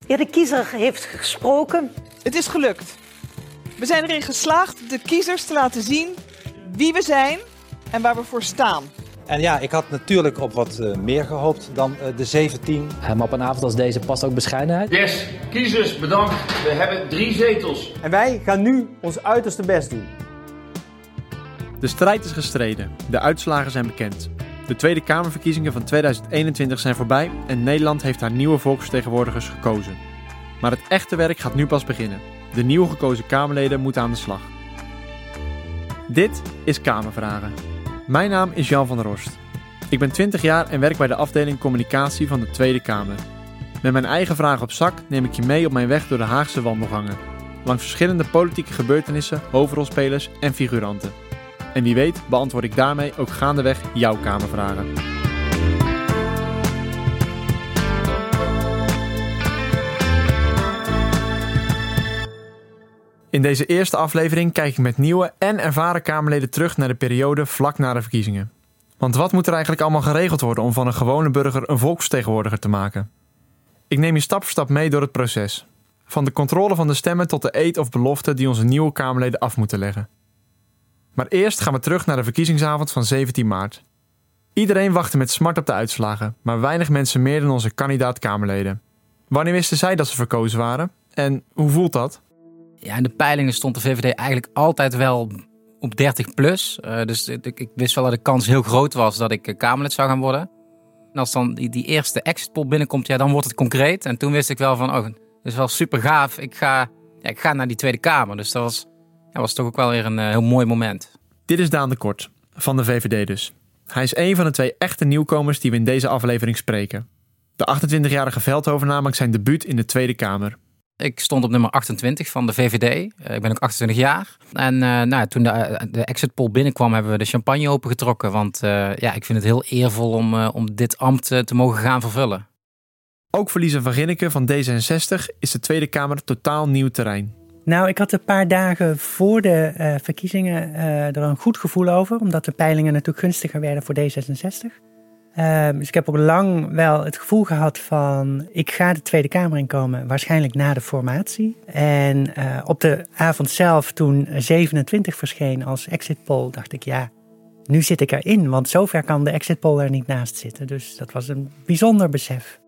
Ja, de kiezer heeft gesproken. Het is gelukt. We zijn erin geslaagd de kiezers te laten zien wie we zijn en waar we voor staan. En ja, ik had natuurlijk op wat meer gehoopt dan de 17. Maar op een avond als deze past ook bescheidenheid. Yes, kiezers, bedankt. We hebben 3 zetels. En wij gaan nu ons uiterste best doen. De strijd is gestreden. De uitslagen zijn bekend. De Tweede Kamerverkiezingen van 2021 zijn voorbij en Nederland heeft haar nieuwe volksvertegenwoordigers gekozen. Maar het echte werk gaat nu pas beginnen. De nieuw gekozen Kamerleden moeten aan de slag. Dit is Kamervragen. Mijn naam is Jan van der Horst. Ik ben 20 jaar en werk bij de afdeling communicatie van de Tweede Kamer. Met mijn eigen vragen op zak neem ik je mee op mijn weg door de Haagse wandelgangen. Langs verschillende politieke gebeurtenissen, hoofdrolspelers en figuranten. En wie weet beantwoord ik daarmee ook gaandeweg jouw Kamervragen. In deze eerste aflevering kijk ik met nieuwe en ervaren Kamerleden terug naar de periode vlak na de verkiezingen. Want wat moet er eigenlijk allemaal geregeld worden om van een gewone burger een volksvertegenwoordiger te maken? Ik neem je stap voor stap mee door het proces. Van de controle van de stemmen tot de eed of belofte die onze nieuwe Kamerleden af moeten leggen. Maar eerst gaan we terug naar de verkiezingsavond van 17 maart. Iedereen wachtte met smart op de uitslagen, maar weinig mensen meer dan onze kandidaat-Kamerleden. Wanneer wisten zij dat ze verkozen waren? En hoe voelt dat? Ja, in de peilingen stond de VVD eigenlijk altijd wel op 30 plus. Dus ik wist wel dat de kans heel groot was dat ik Kamerlid zou gaan worden. En als dan die eerste exit poll binnenkomt, ja, dan wordt het concreet. En toen wist ik wel van, dat is wel super gaaf. Ik ga naar die Tweede Kamer. Dus dat was toch ook wel weer een heel mooi moment. Dit is Daan de Kort, van de VVD dus. Hij is een van de 2 echte nieuwkomers die we in deze aflevering spreken. De 28-jarige Veldhovenaar maakt zijn debuut in de Tweede Kamer. Ik stond op nummer 28 van de VVD. Ik ben ook 28 jaar. En toen de exit poll binnenkwam, hebben we de champagne opengetrokken. Want ik vind het heel eervol om dit ambt te mogen gaan vervullen. Ook voor Lisa van Ginneken van D66 is de Tweede Kamer totaal nieuw terrein. Nou, ik had een paar dagen voor de verkiezingen er een goed gevoel over. Omdat de peilingen natuurlijk gunstiger werden voor D66. Dus ik heb ook lang wel het gevoel gehad van, ik ga de Tweede Kamer inkomen, waarschijnlijk na de formatie. En op de avond zelf, toen 27 verscheen als exit poll, dacht ik, ja, nu zit ik erin. Want zover kan de exit poll er niet naast zitten. Dus dat was een bijzonder besef.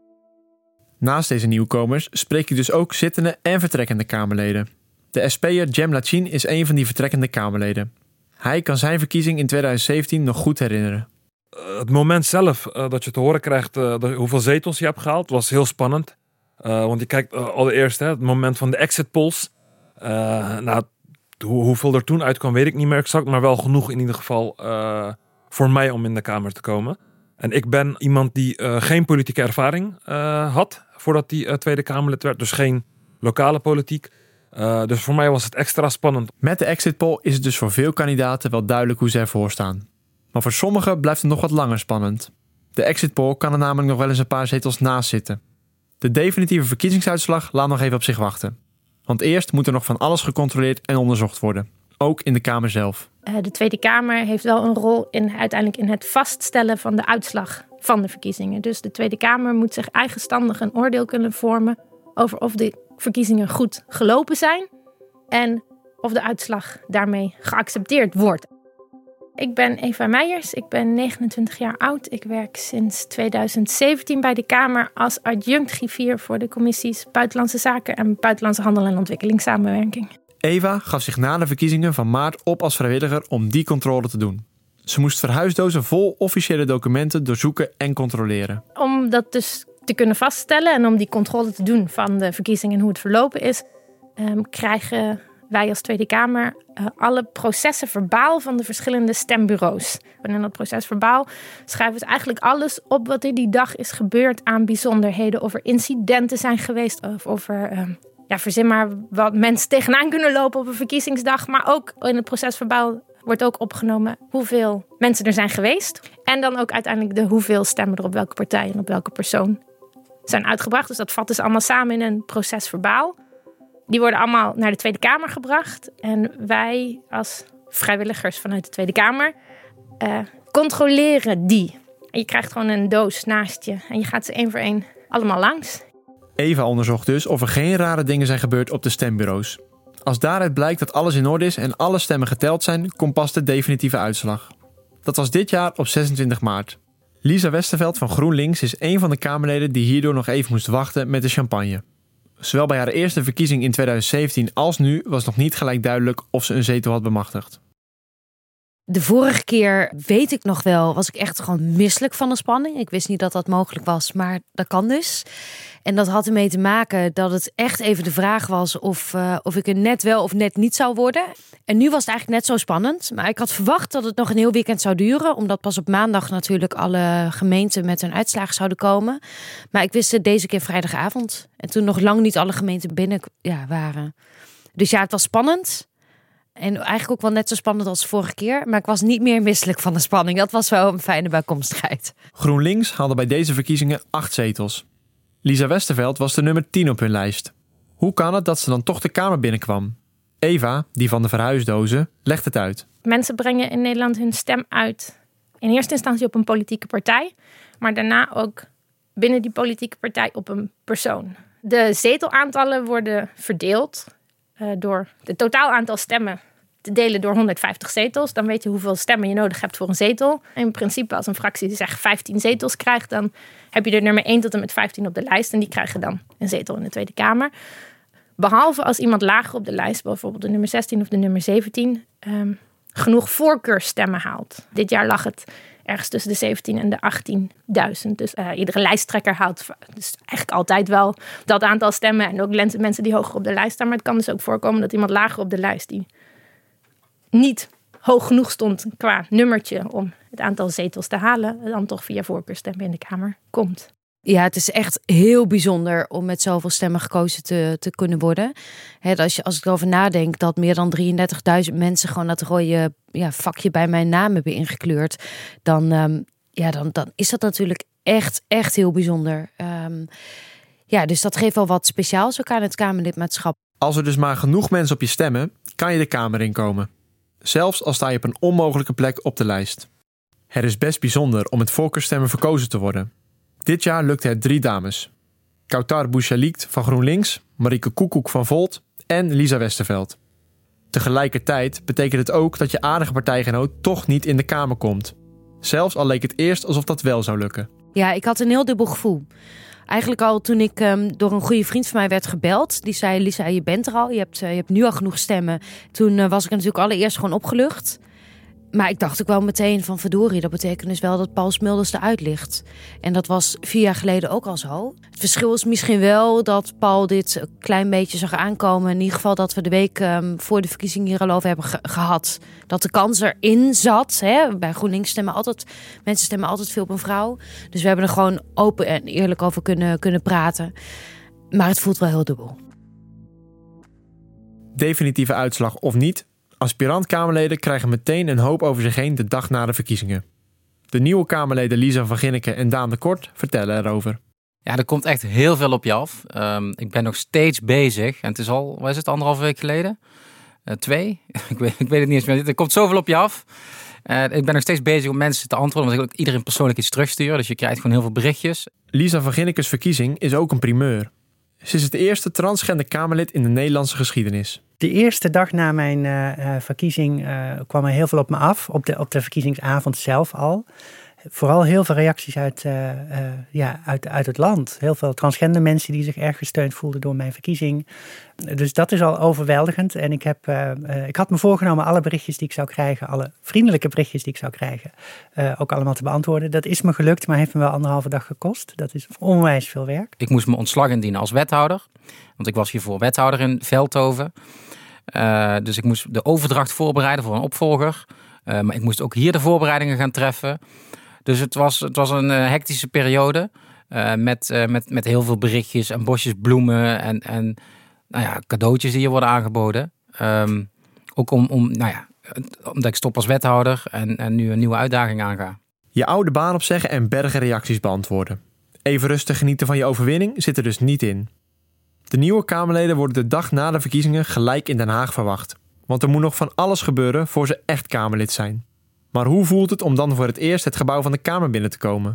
Naast deze nieuwkomers spreek ik dus ook zittende en vertrekkende Kamerleden. De SP'er Jem Lachin is een van die vertrekkende Kamerleden. Hij kan zijn verkiezing in 2017 nog goed herinneren. Het moment zelf dat je te horen krijgt hoeveel zetels je hebt gehaald, was heel spannend. Want je kijkt allereerst het moment van de exit polls. Hoeveel er toen uitkwam weet ik niet meer exact, maar wel genoeg in ieder geval voor mij om in de Kamer te komen. En ik ben iemand die geen politieke ervaring had voordat hij Tweede Kamerlid werd. Dus geen lokale politiek. Dus voor mij was het extra spannend. Met de exit poll is het dus voor veel kandidaten wel duidelijk hoe ze ervoor staan. Maar voor sommigen blijft het nog wat langer spannend. De exit poll kan er namelijk nog wel eens een paar zetels naast zitten. De definitieve verkiezingsuitslag laat nog even op zich wachten. Want eerst moet er nog van alles gecontroleerd en onderzocht worden. Ook in de Kamer zelf. De Tweede Kamer heeft wel een rol uiteindelijk in het vaststellen van de uitslag van de verkiezingen. Dus de Tweede Kamer moet zich eigenstandig een oordeel kunnen vormen over of de verkiezingen goed gelopen zijn en of de uitslag daarmee geaccepteerd wordt. Ik ben Eva Meijers, ik ben 29 jaar oud. Ik werk sinds 2017 bij de Kamer als adjunct griffier voor de commissies Buitenlandse Zaken en Buitenlandse Handel en Ontwikkelingssamenwerking. Eva gaf zich na de verkiezingen van maart op als vrijwilliger om die controle te doen. Ze moest verhuisdozen vol officiële documenten doorzoeken en controleren. Om dat dus te kunnen vaststellen en om die controle te doen van de verkiezingen en hoe het verlopen is, krijgen wij als Tweede Kamer alle processen verbaal van de verschillende stembureaus. En in dat proces verbaal schrijven we eigenlijk alles op wat er die dag is gebeurd aan bijzonderheden. Of er incidenten zijn geweest of er verzin maar wat mensen tegenaan kunnen lopen op een verkiezingsdag. Maar ook in het proces verbaal wordt ook opgenomen hoeveel mensen er zijn geweest. En dan ook uiteindelijk hoeveel stemmen er op welke partij en op welke persoon zijn uitgebracht. Dus dat vat dus allemaal samen in een proces verbaal. Die worden allemaal naar de Tweede Kamer gebracht. En wij als vrijwilligers vanuit de Tweede Kamer controleren die. En je krijgt gewoon een doos naast je. En je gaat ze één voor één allemaal langs. Eva onderzocht dus of er geen rare dingen zijn gebeurd op de stembureaus. Als daaruit blijkt dat alles in orde is en alle stemmen geteld zijn, komt pas de definitieve uitslag. Dat was dit jaar op 26 maart. Lisa Westerveld van GroenLinks is een van de Kamerleden die hierdoor nog even moest wachten met de champagne. Zowel bij haar eerste verkiezing in 2017 als nu was nog niet gelijk duidelijk of ze een zetel had bemachtigd. De vorige keer, weet ik nog wel, was ik echt gewoon misselijk van de spanning. Ik wist niet dat dat mogelijk was, maar dat kan dus. En dat had ermee te maken dat het echt even de vraag was of ik er net wel of net niet zou worden. En nu was het eigenlijk net zo spannend. Maar ik had verwacht dat het nog een heel weekend zou duren. Omdat pas op maandag natuurlijk alle gemeenten met hun uitslagen zouden komen. Maar ik wist het deze keer vrijdagavond. En toen nog lang niet alle gemeenten binnen waren. Dus ja, het was spannend. En eigenlijk ook wel net zo spannend als de vorige keer. Maar ik was niet meer misselijk van de spanning. Dat was wel een fijne bijkomstigheid. GroenLinks haalde bij deze verkiezingen 8 zetels. Lisa Westerveld was de nummer 10 op hun lijst. Hoe kan het dat ze dan toch de Kamer binnenkwam? Eva, die van de verhuisdozen, legt het uit. Mensen brengen in Nederland hun stem uit. In eerste instantie op een politieke partij. Maar daarna ook binnen die politieke partij op een persoon. De zetelaantallen worden verdeeld door het totaal aantal stemmen te delen door 150 zetels. Dan weet je hoeveel stemmen je nodig hebt voor een zetel. In principe als een fractie zeg 15 zetels krijgt, dan heb je de nummer 1 tot en met 15 op de lijst. En die krijgen dan een zetel in de Tweede Kamer. Behalve als iemand lager op de lijst, bijvoorbeeld de nummer 16 of de nummer 17, genoeg voorkeurstemmen haalt. Dit jaar lag het ergens tussen de 17 en de 18.000. Dus iedere lijsttrekker haalt dus eigenlijk altijd wel dat aantal stemmen. En ook mensen die hoger op de lijst staan. Maar het kan dus ook voorkomen dat iemand lager op de lijst die niet hoog genoeg stond qua nummertje om het aantal zetels te halen, dan toch via voorkeurstemmen in de Kamer komt. Ja, het is echt heel bijzonder om met zoveel stemmen gekozen te kunnen worden. Als ik erover nadenk dat meer dan 33.000 mensen gewoon dat rode vakje bij mijn naam hebben ingekleurd, dan is dat natuurlijk echt heel bijzonder. Dus dat geeft wel wat speciaals ook aan het Kamerlidmaatschap. Als er dus maar genoeg mensen op je stemmen, kan je de Kamer inkomen. Zelfs al sta je op een onmogelijke plek op de lijst. Het is best bijzonder om met voorkeurstemmen verkozen te worden. Dit jaar lukte het 3 dames. Kautar Bouchalikt van GroenLinks, Marieke Koekoek van Volt en Lisa Westerveld. Tegelijkertijd betekent het ook dat je aardige partijgenoot toch niet in de Kamer komt. Zelfs al leek het eerst alsof dat wel zou lukken. Ja, ik had een heel dubbel gevoel. Eigenlijk al toen ik door een goede vriend van mij werd gebeld. Die zei, Lisa, je bent er al. Je hebt nu al genoeg stemmen. Toen was ik natuurlijk allereerst gewoon opgelucht. Maar ik dacht ook wel meteen van verdorie, dat betekent dus wel dat Paul Smulders eruit ligt. En dat was 4 jaar geleden ook al zo. Het verschil is misschien wel dat Paul dit een klein beetje zag aankomen. In ieder geval dat we de week voor de verkiezingen hier al over hebben gehad. Dat de kans erin zat. Bij GroenLinks mensen stemmen altijd veel op een vrouw. Dus we hebben er gewoon open en eerlijk over kunnen praten. Maar het voelt wel heel dubbel. Definitieve uitslag of niet, aspirant-Kamerleden krijgen meteen een hoop over zich heen de dag na de verkiezingen. De nieuwe Kamerleden Lisa van Ginneken en Daan de Kort vertellen erover. Ja, er komt echt heel veel op je af. Ik ben nog steeds bezig. En het is al, wat is het, 1,5 week geleden? 2? ik weet het niet eens meer. Er komt zoveel op je af. Ik ben nog steeds bezig om mensen te antwoorden. Want ik wil iedereen persoonlijk iets terugsturen. Dus je krijgt gewoon heel veel berichtjes. Lisa van Ginnekens verkiezing is ook een primeur. Ze is het eerste transgender Kamerlid in de Nederlandse geschiedenis. De eerste dag na mijn verkiezing kwam er heel veel op me af. Op de verkiezingsavond zelf al. Vooral heel veel reacties uit het land. Heel veel transgender mensen die zich erg gesteund voelden door mijn verkiezing. Dus dat is al overweldigend. En ik had me voorgenomen alle berichtjes die ik zou krijgen, alle vriendelijke berichtjes die ik zou krijgen, ook allemaal te beantwoorden. Dat is me gelukt, maar heeft me wel 1,5 dag gekost. Dat is onwijs veel werk. Ik moest mijn ontslag indienen als wethouder. Want ik was hiervoor wethouder in Veldhoven. Dus ik moest de overdracht voorbereiden voor een opvolger. Maar ik moest ook hier de voorbereidingen gaan treffen. Dus het was een hectische periode. Met heel veel berichtjes en bosjes bloemen. En cadeautjes die hier worden aangeboden. Ook omdat ik stop als wethouder en nu een nieuwe uitdaging aanga. Je oude baan opzeggen en bergen reacties beantwoorden. Even rustig genieten van je overwinning zit er dus niet in. De nieuwe Kamerleden worden de dag na de verkiezingen gelijk in Den Haag verwacht. Want er moet nog van alles gebeuren voor ze echt Kamerlid zijn. Maar hoe voelt het om dan voor het eerst het gebouw van de Kamer binnen te komen?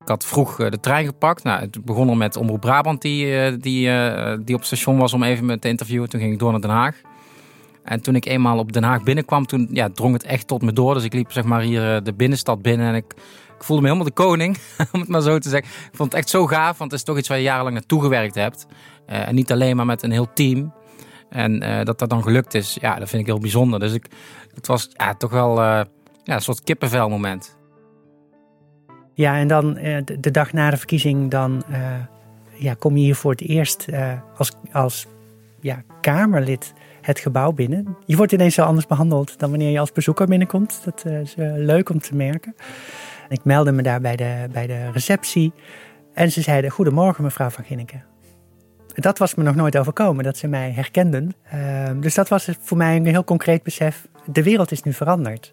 had vroeg de trein gepakt. Nou, het begon al met Omroep Brabant die op het station was om even me te interviewen. Toen ging ik door naar Den Haag. En toen ik eenmaal op Den Haag binnenkwam, toen drong het echt tot me door. Dus ik liep zeg maar hier de binnenstad binnen en ik voelde me helemaal de koning, om het maar zo te zeggen. Ik vond het echt zo gaaf, want het is toch iets waar je jarenlang naartoe gewerkt hebt. En niet alleen maar met een heel team. En dat dan gelukt is, ja, dat vind ik heel bijzonder. Dus het was toch wel een soort kippenvelmoment. Ja, en dan de dag na de verkiezing, dan kom je hier voor het eerst als Kamerlid het gebouw binnen. Je wordt ineens zo anders behandeld dan wanneer je als bezoeker binnenkomt. Dat is leuk om te merken. Ik meldde me daar bij de receptie. En ze zeiden, goedemorgen mevrouw Van Ginneken. Dat was me nog nooit overkomen, dat ze mij herkenden. Dus dat was voor mij een heel concreet besef. De wereld is nu veranderd.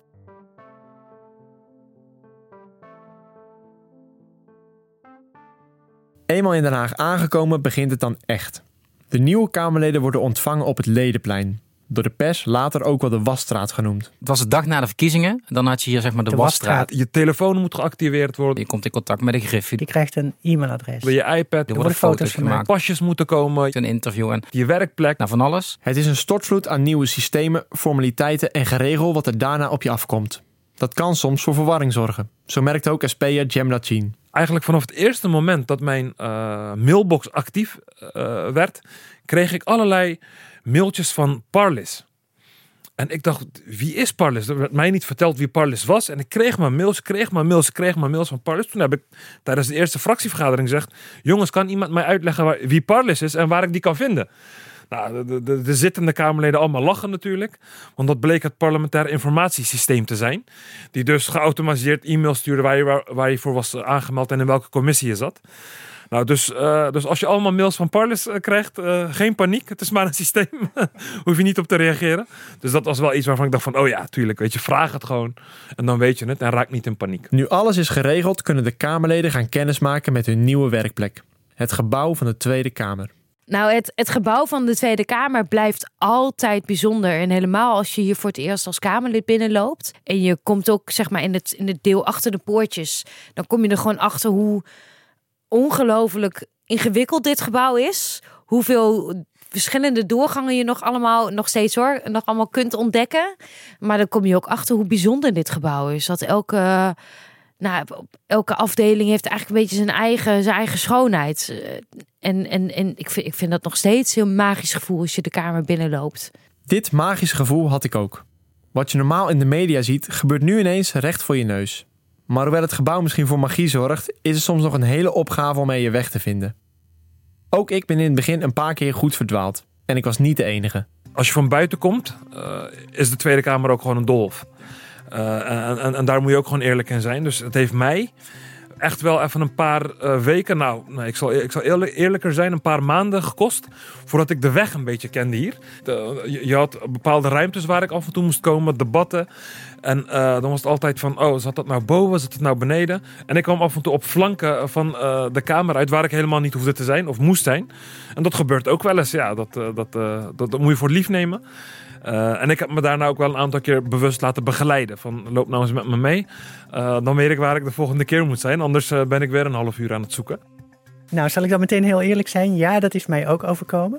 Eenmaal in Den Haag aangekomen begint het dan echt. De nieuwe Kamerleden worden ontvangen op het Ledenplein. Door de pers later ook wel de Wasstraat genoemd. Het was de dag na de verkiezingen. Dan had je hier zeg maar de Wasstraat. Je telefoon moet geactiveerd worden. Je komt in contact met de Griffie. Je krijgt een e-mailadres. Bij je iPad. Er worden foto's gemaakt. Pasjes moeten komen. Een interview en je werkplek. Nou, van alles. Het is een stortvloed aan nieuwe systemen, formaliteiten en geregel wat er daarna op je afkomt. Dat kan soms voor verwarring zorgen. Zo merkt ook SP'er Jem Lachin. Eigenlijk vanaf het eerste moment dat mijn mailbox actief werd, kreeg ik allerlei mailtjes van Parlis. En ik dacht, wie is Parlis? Er werd mij niet verteld wie Parlis was. En ik kreeg maar mails van Parlis. Toen heb ik tijdens de eerste fractievergadering gezegd, jongens, kan iemand mij uitleggen wie Parlis is en waar ik die kan vinden? Nou, de zittende Kamerleden allemaal lachen natuurlijk. Want dat bleek het parlementair informatiesysteem te zijn. Die dus geautomatiseerd e-mails stuurde waar je voor was aangemeld en in welke commissie je zat. Nou, dus als je allemaal mails van Parlis krijgt, geen paniek. Het is maar een systeem. Hoef je niet op te reageren. Dus dat was wel iets waarvan ik dacht van, oh ja, tuurlijk, weet je, vraag het gewoon. En dan weet je het en raak niet in paniek. Nu alles is geregeld, kunnen de Kamerleden gaan kennismaken met hun nieuwe werkplek. Het gebouw van de Tweede Kamer. Nou, het gebouw van de Tweede Kamer blijft altijd bijzonder. En helemaal als je hier voor het eerst als Kamerlid binnenloopt. En je komt ook zeg maar in het deel achter de poortjes. Dan kom je er gewoon achter hoe ongelooflijk ingewikkeld dit gebouw is. Hoeveel verschillende doorgangen je nog allemaal kunt ontdekken. Maar dan kom je ook achter hoe bijzonder dit gebouw is. Dat elke afdeling heeft eigenlijk een beetje zijn eigen schoonheid. En ik vind dat nog steeds een heel magisch gevoel als je de Kamer binnenloopt. Dit magische gevoel had ik ook. Wat je normaal in de media ziet, gebeurt nu ineens recht voor je neus. Maar hoewel het gebouw misschien voor magie zorgt, is het soms nog een hele opgave om er je weg te vinden. Ook ik ben in het begin een paar keer goed verdwaald. En ik was niet de enige. Als je van buiten komt, is de Tweede Kamer ook gewoon een doolhof. En daar moet je ook gewoon eerlijk in zijn. Dus het heeft mij echt wel even een paar weken, ik zal eerlijker zijn, een paar maanden gekost voordat ik de weg een beetje kende hier. Je had bepaalde ruimtes waar ik af en toe moest komen, debatten. En dan was het altijd van, zat dat nou boven, zat het nou beneden? En ik kwam af en toe op flanken van de Kamer uit waar ik helemaal niet hoefde te zijn of moest zijn. En dat gebeurt ook wel eens, ja, dat moet je voor lief nemen. En ik heb me daarna ook wel een aantal keer bewust laten begeleiden. Van loop nou eens met me mee. Dan weet ik waar ik de volgende keer moet zijn. Anders ben ik weer een half uur aan het zoeken. Nou, zal ik dan meteen heel eerlijk zijn? Ja, dat is mij ook overkomen.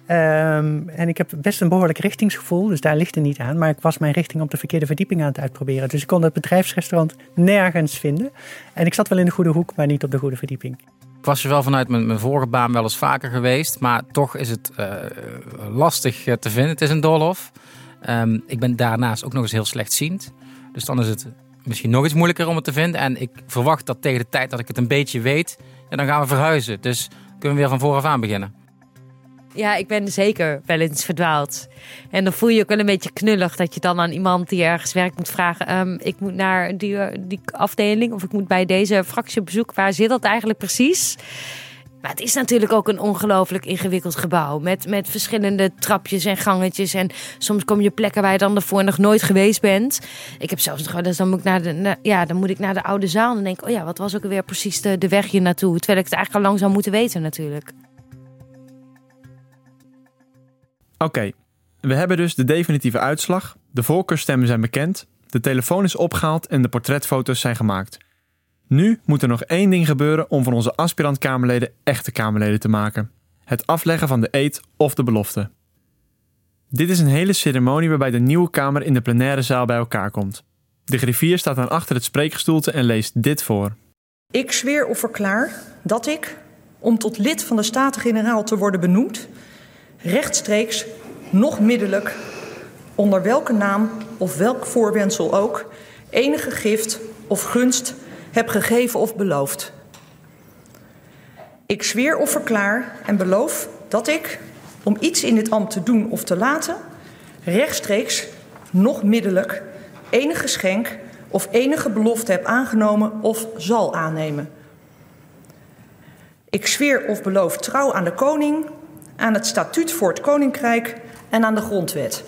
En ik heb best een behoorlijk richtingsgevoel. Dus daar ligt het niet aan. Maar ik was mijn richting op de verkeerde verdieping aan het uitproberen. Dus ik kon het bedrijfsrestaurant nergens vinden. En ik zat wel in de goede hoek, maar niet op de goede verdieping. Ik was er wel vanuit mijn vorige baan wel eens vaker geweest. Maar toch is het lastig te vinden. Het is een doolhof. Ik ben daarnaast ook nog eens heel slechtziend. Dus dan is het misschien nog iets moeilijker om het te vinden. En ik verwacht dat tegen de tijd dat ik het een beetje weet, dan gaan we verhuizen. Dus kunnen we weer van vooraf aan beginnen. Ja, ik ben zeker wel eens verdwaald. En dan voel je je ook wel een beetje knullig dat je dan aan iemand die ergens werkt moet vragen. Ik moet naar die afdeling of ik moet bij deze fractie op bezoek. Waar zit dat eigenlijk precies? Maar het is natuurlijk ook een ongelooflijk ingewikkeld gebouw. Met verschillende trapjes en gangetjes. En soms kom je plekken waar je dan daarvoor nog nooit geweest bent. Ik heb zelfs nog wel eens, dan moet ik naar de oude zaal. En dan denk ik, wat was ook alweer precies de weg hier naartoe? Terwijl ik het eigenlijk al lang zou moeten weten natuurlijk. Oké, we hebben dus de definitieve uitslag. De voorkeurstemmen zijn bekend. De telefoon is opgehaald en de portretfoto's zijn gemaakt. Nu moet er nog 1 ding gebeuren om van onze aspirant-Kamerleden echte Kamerleden te maken. Het afleggen van de eed of de belofte. Dit is een hele ceremonie waarbij de nieuwe Kamer in de plenaire zaal bij elkaar komt. De griffier staat dan achter het spreekgestoelte en leest dit voor. Ik zweer of verklaar dat ik, om tot lid van de Staten-Generaal te worden benoemd, rechtstreeks, noch middelijk, onder welke naam of welk voorwendsel ook, enige gift of gunst heb gegeven of beloofd. Ik zweer of verklaar en beloof dat ik, om iets in dit ambt te doen of te laten, rechtstreeks, noch middelijk, enig geschenk of enige belofte heb aangenomen of zal aannemen. Ik zweer of beloof trouw aan de koning, aan het statuut voor het koninkrijk en aan de grondwet.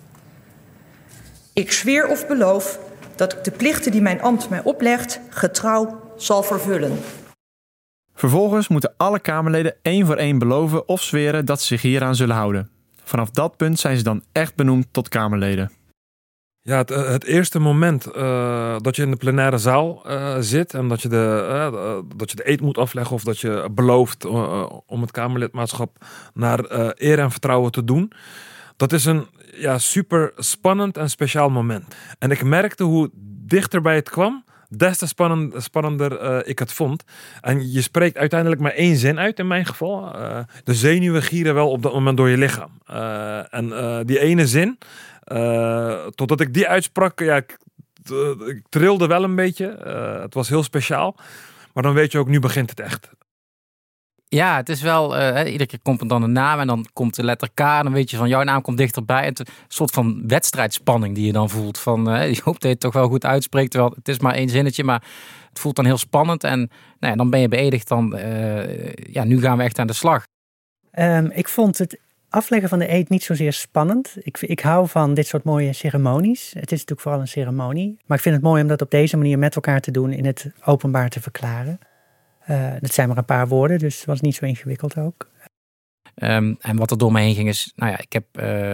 Ik zweer of beloof dat ik de plichten die mijn ambt mij oplegt getrouw zal vervullen. Vervolgens moeten alle Kamerleden 1 voor 1 beloven of zweren dat ze zich hieraan zullen houden. Vanaf dat punt zijn ze dan echt benoemd tot Kamerleden. Ja, het eerste moment dat je in de plenaire zaal zit en dat je de eed moet afleggen of dat je belooft om het Kamerlidmaatschap naar eer en vertrouwen te doen. Dat is een super spannend en speciaal moment. En ik merkte hoe dichterbij het kwam, des te spannender ik het vond. En je spreekt uiteindelijk maar 1 zin uit in mijn geval. De zenuwen gieren wel op dat moment door je lichaam. Die ene zin, totdat ik die uitsprak, ik trilde wel een beetje. Het was heel speciaal. Maar dan weet je ook, nu begint het echt. Ja, het is wel, iedere keer komt er dan een naam en dan komt de letter K. En dan weet je van, jouw naam komt dichterbij. Het is een soort van wedstrijdspanning die je dan voelt. Van, je hoopt dat je het toch wel goed uitspreekt. Terwijl het is maar 1 zinnetje, maar het voelt dan heel spannend. En dan ben je beëdigd. Nu gaan we echt aan de slag. Ik vond het afleggen van de eed niet zozeer spannend. Ik hou van dit soort mooie ceremonies. Het is natuurlijk vooral een ceremonie. Maar ik vind het mooi om dat op deze manier met elkaar te doen, in het openbaar te verklaren. Dat zijn maar een paar woorden, dus het was niet zo ingewikkeld ook. En wat er door me heen ging is, ik heb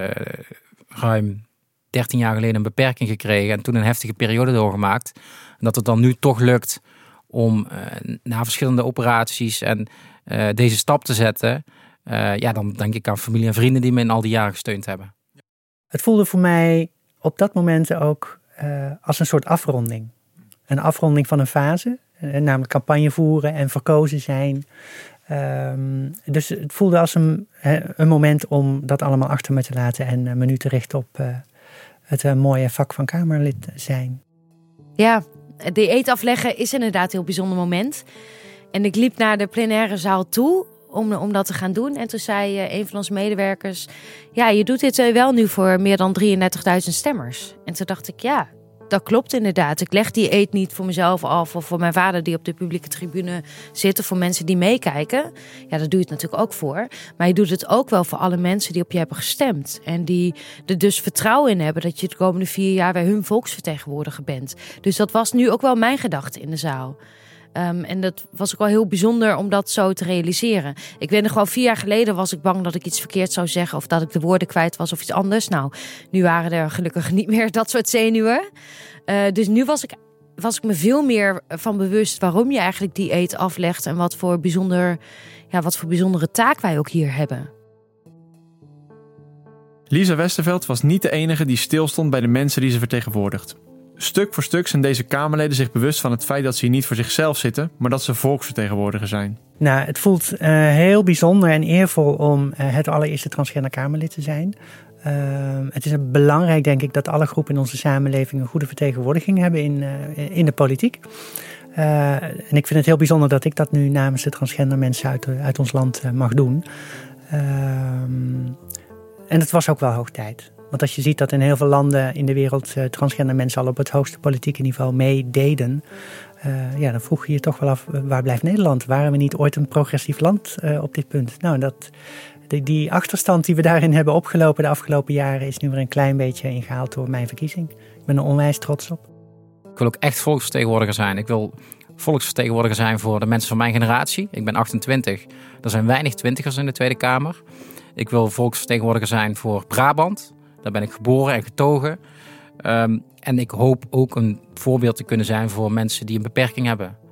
ruim 13 jaar geleden een beperking gekregen en toen een heftige periode doorgemaakt. En dat het dan nu toch lukt om na verschillende operaties en deze stap te zetten, dan denk ik aan familie en vrienden die me in al die jaren gesteund hebben. Het voelde voor mij op dat moment ook als een soort afronding. Een afronding van een fase. Namelijk campagne voeren en verkozen zijn. Dus het voelde als een moment om dat allemaal achter me te laten en me nu te richten op het mooie vak van Kamerlid zijn. Ja, de eed afleggen is inderdaad een heel bijzonder moment. En ik liep naar de plenaire zaal toe om dat te gaan doen. En toen zei een van onze medewerkers, je doet dit wel nu voor meer dan 33.000 stemmers. En toen dacht ik, ja, dat klopt inderdaad. Ik leg die eed niet voor mezelf af of voor mijn vader die op de publieke tribune zit of voor mensen die meekijken. Ja, daar doe je het natuurlijk ook voor. Maar je doet het ook wel voor alle mensen die op je hebben gestemd. En die er dus vertrouwen in hebben dat je de komende 4 jaar weer hun volksvertegenwoordiger bent. Dus dat was nu ook wel mijn gedachte in de zaal. En dat was ook wel heel bijzonder om dat zo te realiseren. Ik weet nog wel, 4 jaar geleden was ik bang dat ik iets verkeerd zou zeggen of dat ik de woorden kwijt was of iets anders. Nou, nu waren er gelukkig niet meer dat soort zenuwen. Dus nu was ik me veel meer van bewust waarom je eigenlijk die eed aflegt en wat voor bijzondere taak wij ook hier hebben. Lisa Westerveld was niet de enige die stilstond bij de mensen die ze vertegenwoordigt. Stuk voor stuk zijn deze Kamerleden zich bewust van het feit dat ze hier niet voor zichzelf zitten, maar dat ze volksvertegenwoordiger zijn. Nou, het voelt heel bijzonder en eervol om het allereerste transgender Kamerlid te zijn. Het is belangrijk, denk ik, dat alle groepen in onze samenleving een goede vertegenwoordiging hebben in de politiek. En ik vind het heel bijzonder dat ik dat nu namens de transgender mensen uit ons land mag doen. En het was ook wel hoog tijd. Want als je ziet dat in heel veel landen in de wereld transgender mensen al op het hoogste politieke niveau meededen, dan vroeg je je toch wel af, waar blijft Nederland? Waren we niet ooit een progressief land op dit punt? Nou, die achterstand die we daarin hebben opgelopen de afgelopen jaren is nu weer een klein beetje ingehaald door mijn verkiezing. Ik ben er onwijs trots op. Ik wil ook echt volksvertegenwoordiger zijn. Ik wil volksvertegenwoordiger zijn voor de mensen van mijn generatie. Ik ben 28. Er zijn weinig twintigers in de Tweede Kamer. Ik wil volksvertegenwoordiger zijn voor Brabant. Daar ben ik geboren en getogen. En ik hoop ook een voorbeeld te kunnen zijn voor mensen die een beperking hebben.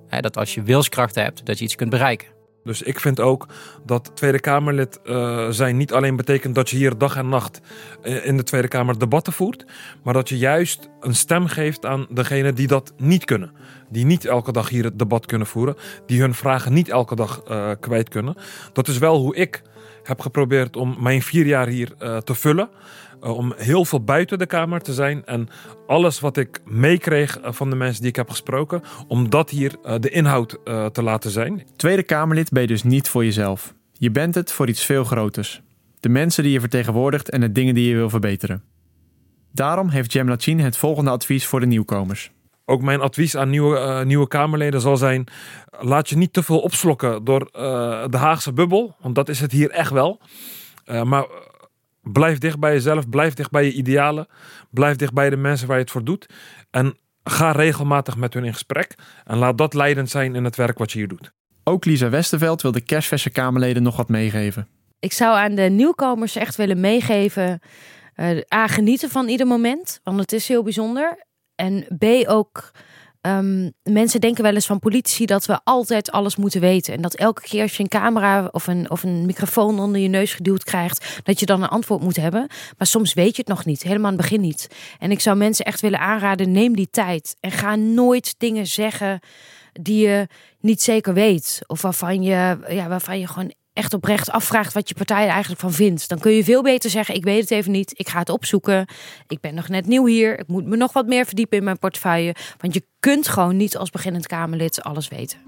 Dat als je wilskracht hebt, dat je iets kunt bereiken. Dus ik vind ook dat Tweede Kamerlid zijn niet alleen betekent dat je hier dag en nacht in de Tweede Kamer debatten voert, maar dat je juist een stem geeft aan degenen die dat niet kunnen. Die niet elke dag hier het debat kunnen voeren, die hun vragen niet elke dag kwijt kunnen. Dat is wel hoe ik heb geprobeerd om mijn 4 jaar hier te vullen. Om heel veel buiten de Kamer te zijn en alles wat ik meekreeg van de mensen die ik heb gesproken, om dat hier de inhoud te laten zijn. Tweede Kamerlid ben je dus niet voor jezelf. Je bent het voor iets veel groters. De mensen die je vertegenwoordigt en de dingen die je wil verbeteren. Daarom heeft Cem Lachin het volgende advies voor de nieuwkomers. Ook mijn advies aan nieuwe Kamerleden zal zijn, laat je niet te veel opslokken door de Haagse bubbel, want dat is het hier echt wel. Maar blijf dicht bij jezelf, blijf dicht bij je idealen, blijf dicht bij de mensen waar je het voor doet. En ga regelmatig met hun in gesprek en laat dat leidend zijn in het werk wat je hier doet. Ook Lisa Westerveld wil de kerstverse Kamerleden nog wat meegeven. Ik zou aan de nieuwkomers echt willen meegeven, genieten van ieder moment, want het is heel bijzonder. En B ook, mensen denken wel eens van politici dat we altijd alles moeten weten. En dat elke keer als je een camera of een microfoon onder je neus geduwd krijgt, dat je dan een antwoord moet hebben. Maar soms weet je het nog niet, helemaal aan het begin niet. En ik zou mensen echt willen aanraden, neem die tijd. En ga nooit dingen zeggen die je niet zeker weet. Of waarvan je gewoon echt oprecht afvraagt wat je partij er eigenlijk van vindt. Dan kun je veel beter zeggen, ik weet het even niet, ik ga het opzoeken. Ik ben nog net nieuw hier, ik moet me nog wat meer verdiepen in mijn portefeuille. Want je kunt gewoon niet als beginnend Kamerlid alles weten.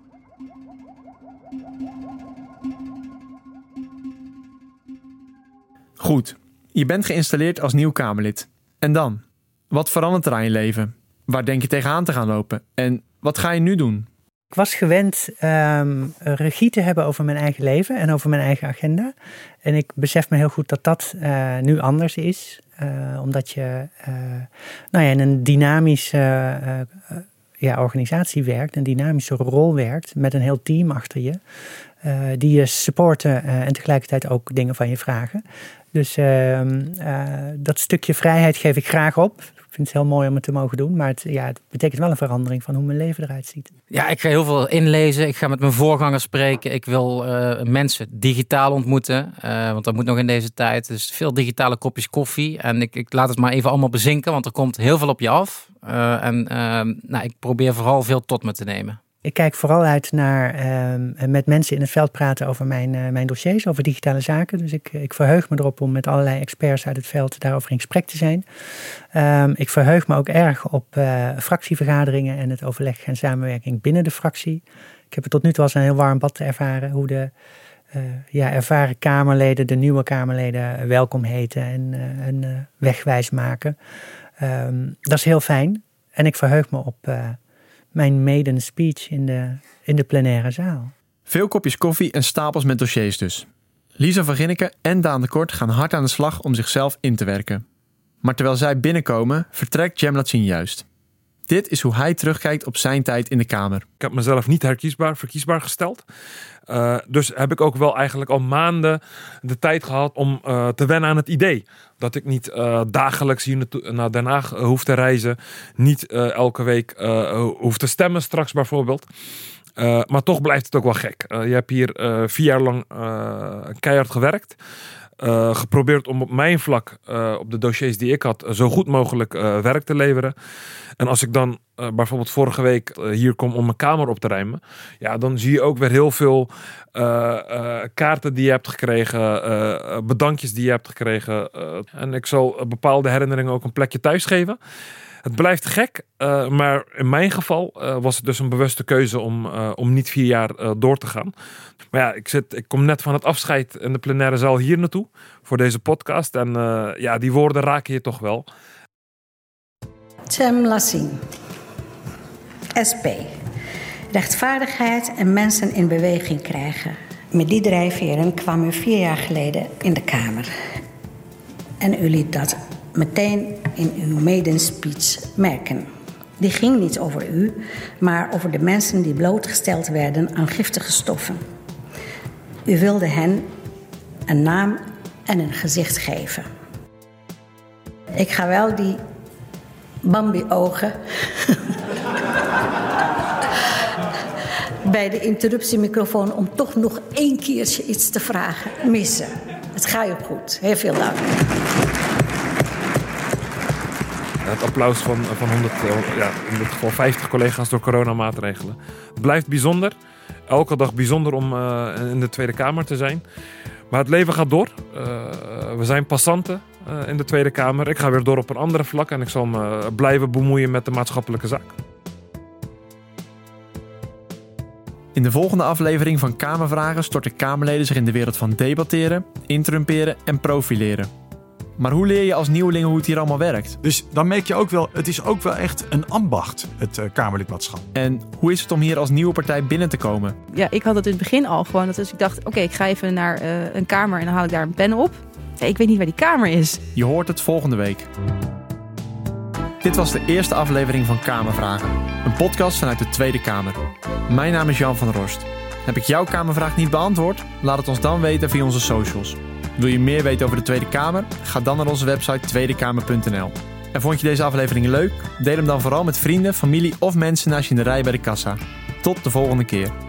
Goed, je bent geïnstalleerd als nieuw Kamerlid. En dan? Wat verandert er aan je leven? Waar denk je tegenaan te gaan lopen? En wat ga je nu doen? Ik was gewend regie te hebben over mijn eigen leven en over mijn eigen agenda. En ik besef me heel goed dat dat nu anders is. Omdat je in een dynamische organisatie werkt, een dynamische rol werkt met een heel team achter je. Die je supporten en tegelijkertijd ook dingen van je vragen. Dus dat stukje vrijheid geef ik graag op. Ik vind het heel mooi om het te mogen doen. Maar het betekent wel een verandering van hoe mijn leven eruit ziet. Ja, ik ga heel veel inlezen. Ik ga met mijn voorgangers spreken. Ik wil mensen digitaal ontmoeten. Want dat moet nog in deze tijd. Dus veel digitale kopjes koffie. En ik laat het maar even allemaal bezinken. Want er komt heel veel op je af. Ik probeer vooral veel tot me te nemen. Ik kijk vooral uit naar met mensen in het veld praten over mijn dossiers, over digitale zaken. Dus ik verheug me erop om met allerlei experts uit het veld daarover in gesprek te zijn. Ik verheug me ook erg op fractievergaderingen en het overleg en samenwerking binnen de fractie. Ik heb het tot nu toe als een heel warm bad ervaren hoe de ervaren Kamerleden de nieuwe Kamerleden welkom heten en wegwijs maken. Dat is heel fijn en ik verheug me op mijn maiden speech in de plenaire zaal. Veel kopjes koffie en stapels met dossiers dus. Lisa van Ginneken en Daan de Kort gaan hard aan de slag om zichzelf in te werken. Maar terwijl zij binnenkomen, vertrekt Cem Lachin juist. Dit is hoe hij terugkijkt op zijn tijd in de Kamer. Ik heb mezelf niet verkiesbaar gesteld. Dus heb ik ook wel eigenlijk al maanden de tijd gehad om te wennen aan het idee. Dat ik niet dagelijks hier naar Den Haag hoef te reizen. Niet elke week hoef te stemmen straks bijvoorbeeld. Maar toch blijft het ook wel gek. Je hebt hier 4 jaar lang keihard gewerkt. Geprobeerd om op mijn vlak, op de dossiers die ik had, zo goed mogelijk werk te leveren. En als ik dan bijvoorbeeld vorige week hier kom om mijn kamer op te ruimen, ja, dan zie je ook weer heel veel kaarten die je hebt gekregen, bedankjes die je hebt gekregen. En ik zal bepaalde herinneringen ook een plekje thuis geven. Het blijft gek, maar in mijn geval was het dus een bewuste keuze om niet 4 jaar door te gaan. Maar ja, ik kom net van het afscheid in de plenaire zaal hier naartoe voor deze podcast. En die woorden raken je toch wel. Cem Lachin, SP. Rechtvaardigheid en mensen in beweging krijgen. Met die drijfveren kwam u 4 jaar geleden in de Kamer. En u liet dat meteen in uw maiden speech merken. Die ging niet over u, maar over de mensen die blootgesteld werden aan giftige stoffen. U wilde hen een naam en een gezicht geven. Ik ga wel die Bambi-ogen bij de interruptiemicrofoon om toch nog 1 keertje iets te vragen missen. Het gaat je goed. Heel veel dank. Het applaus van 100, in dit geval 50 collega's door coronamaatregelen. Het blijft bijzonder. Elke dag bijzonder om in de Tweede Kamer te zijn. Maar het leven gaat door. We zijn passanten in de Tweede Kamer. Ik ga weer door op een andere vlak en ik zal me blijven bemoeien met de maatschappelijke zaak. In de volgende aflevering van Kamervragen storten Kamerleden zich in de wereld van debatteren, interrumperen en profileren. Maar hoe leer je als nieuweling hoe het hier allemaal werkt? Dus dan merk je ook wel, het is ook wel echt een ambacht, het Kamerlidmaatschap. En hoe is het om hier als nieuwe partij binnen te komen? Ja, ik had het in het begin al gewoon. Dus ik dacht, oké, ik ga even naar een kamer en dan haal ik daar een pen op. Ja, ik weet niet waar die kamer is. Je hoort het volgende week. Dit was de eerste aflevering van Kamervragen. Een podcast vanuit de Tweede Kamer. Mijn naam is Jan van der Horst. Heb ik jouw Kamervraag niet beantwoord? Laat het ons dan weten via onze socials. Wil je meer weten over de Tweede Kamer? Ga dan naar onze website tweedekamer.nl. En vond je deze aflevering leuk? Deel hem dan vooral met vrienden, familie of mensen naast je in de rij bij de kassa. Tot de volgende keer.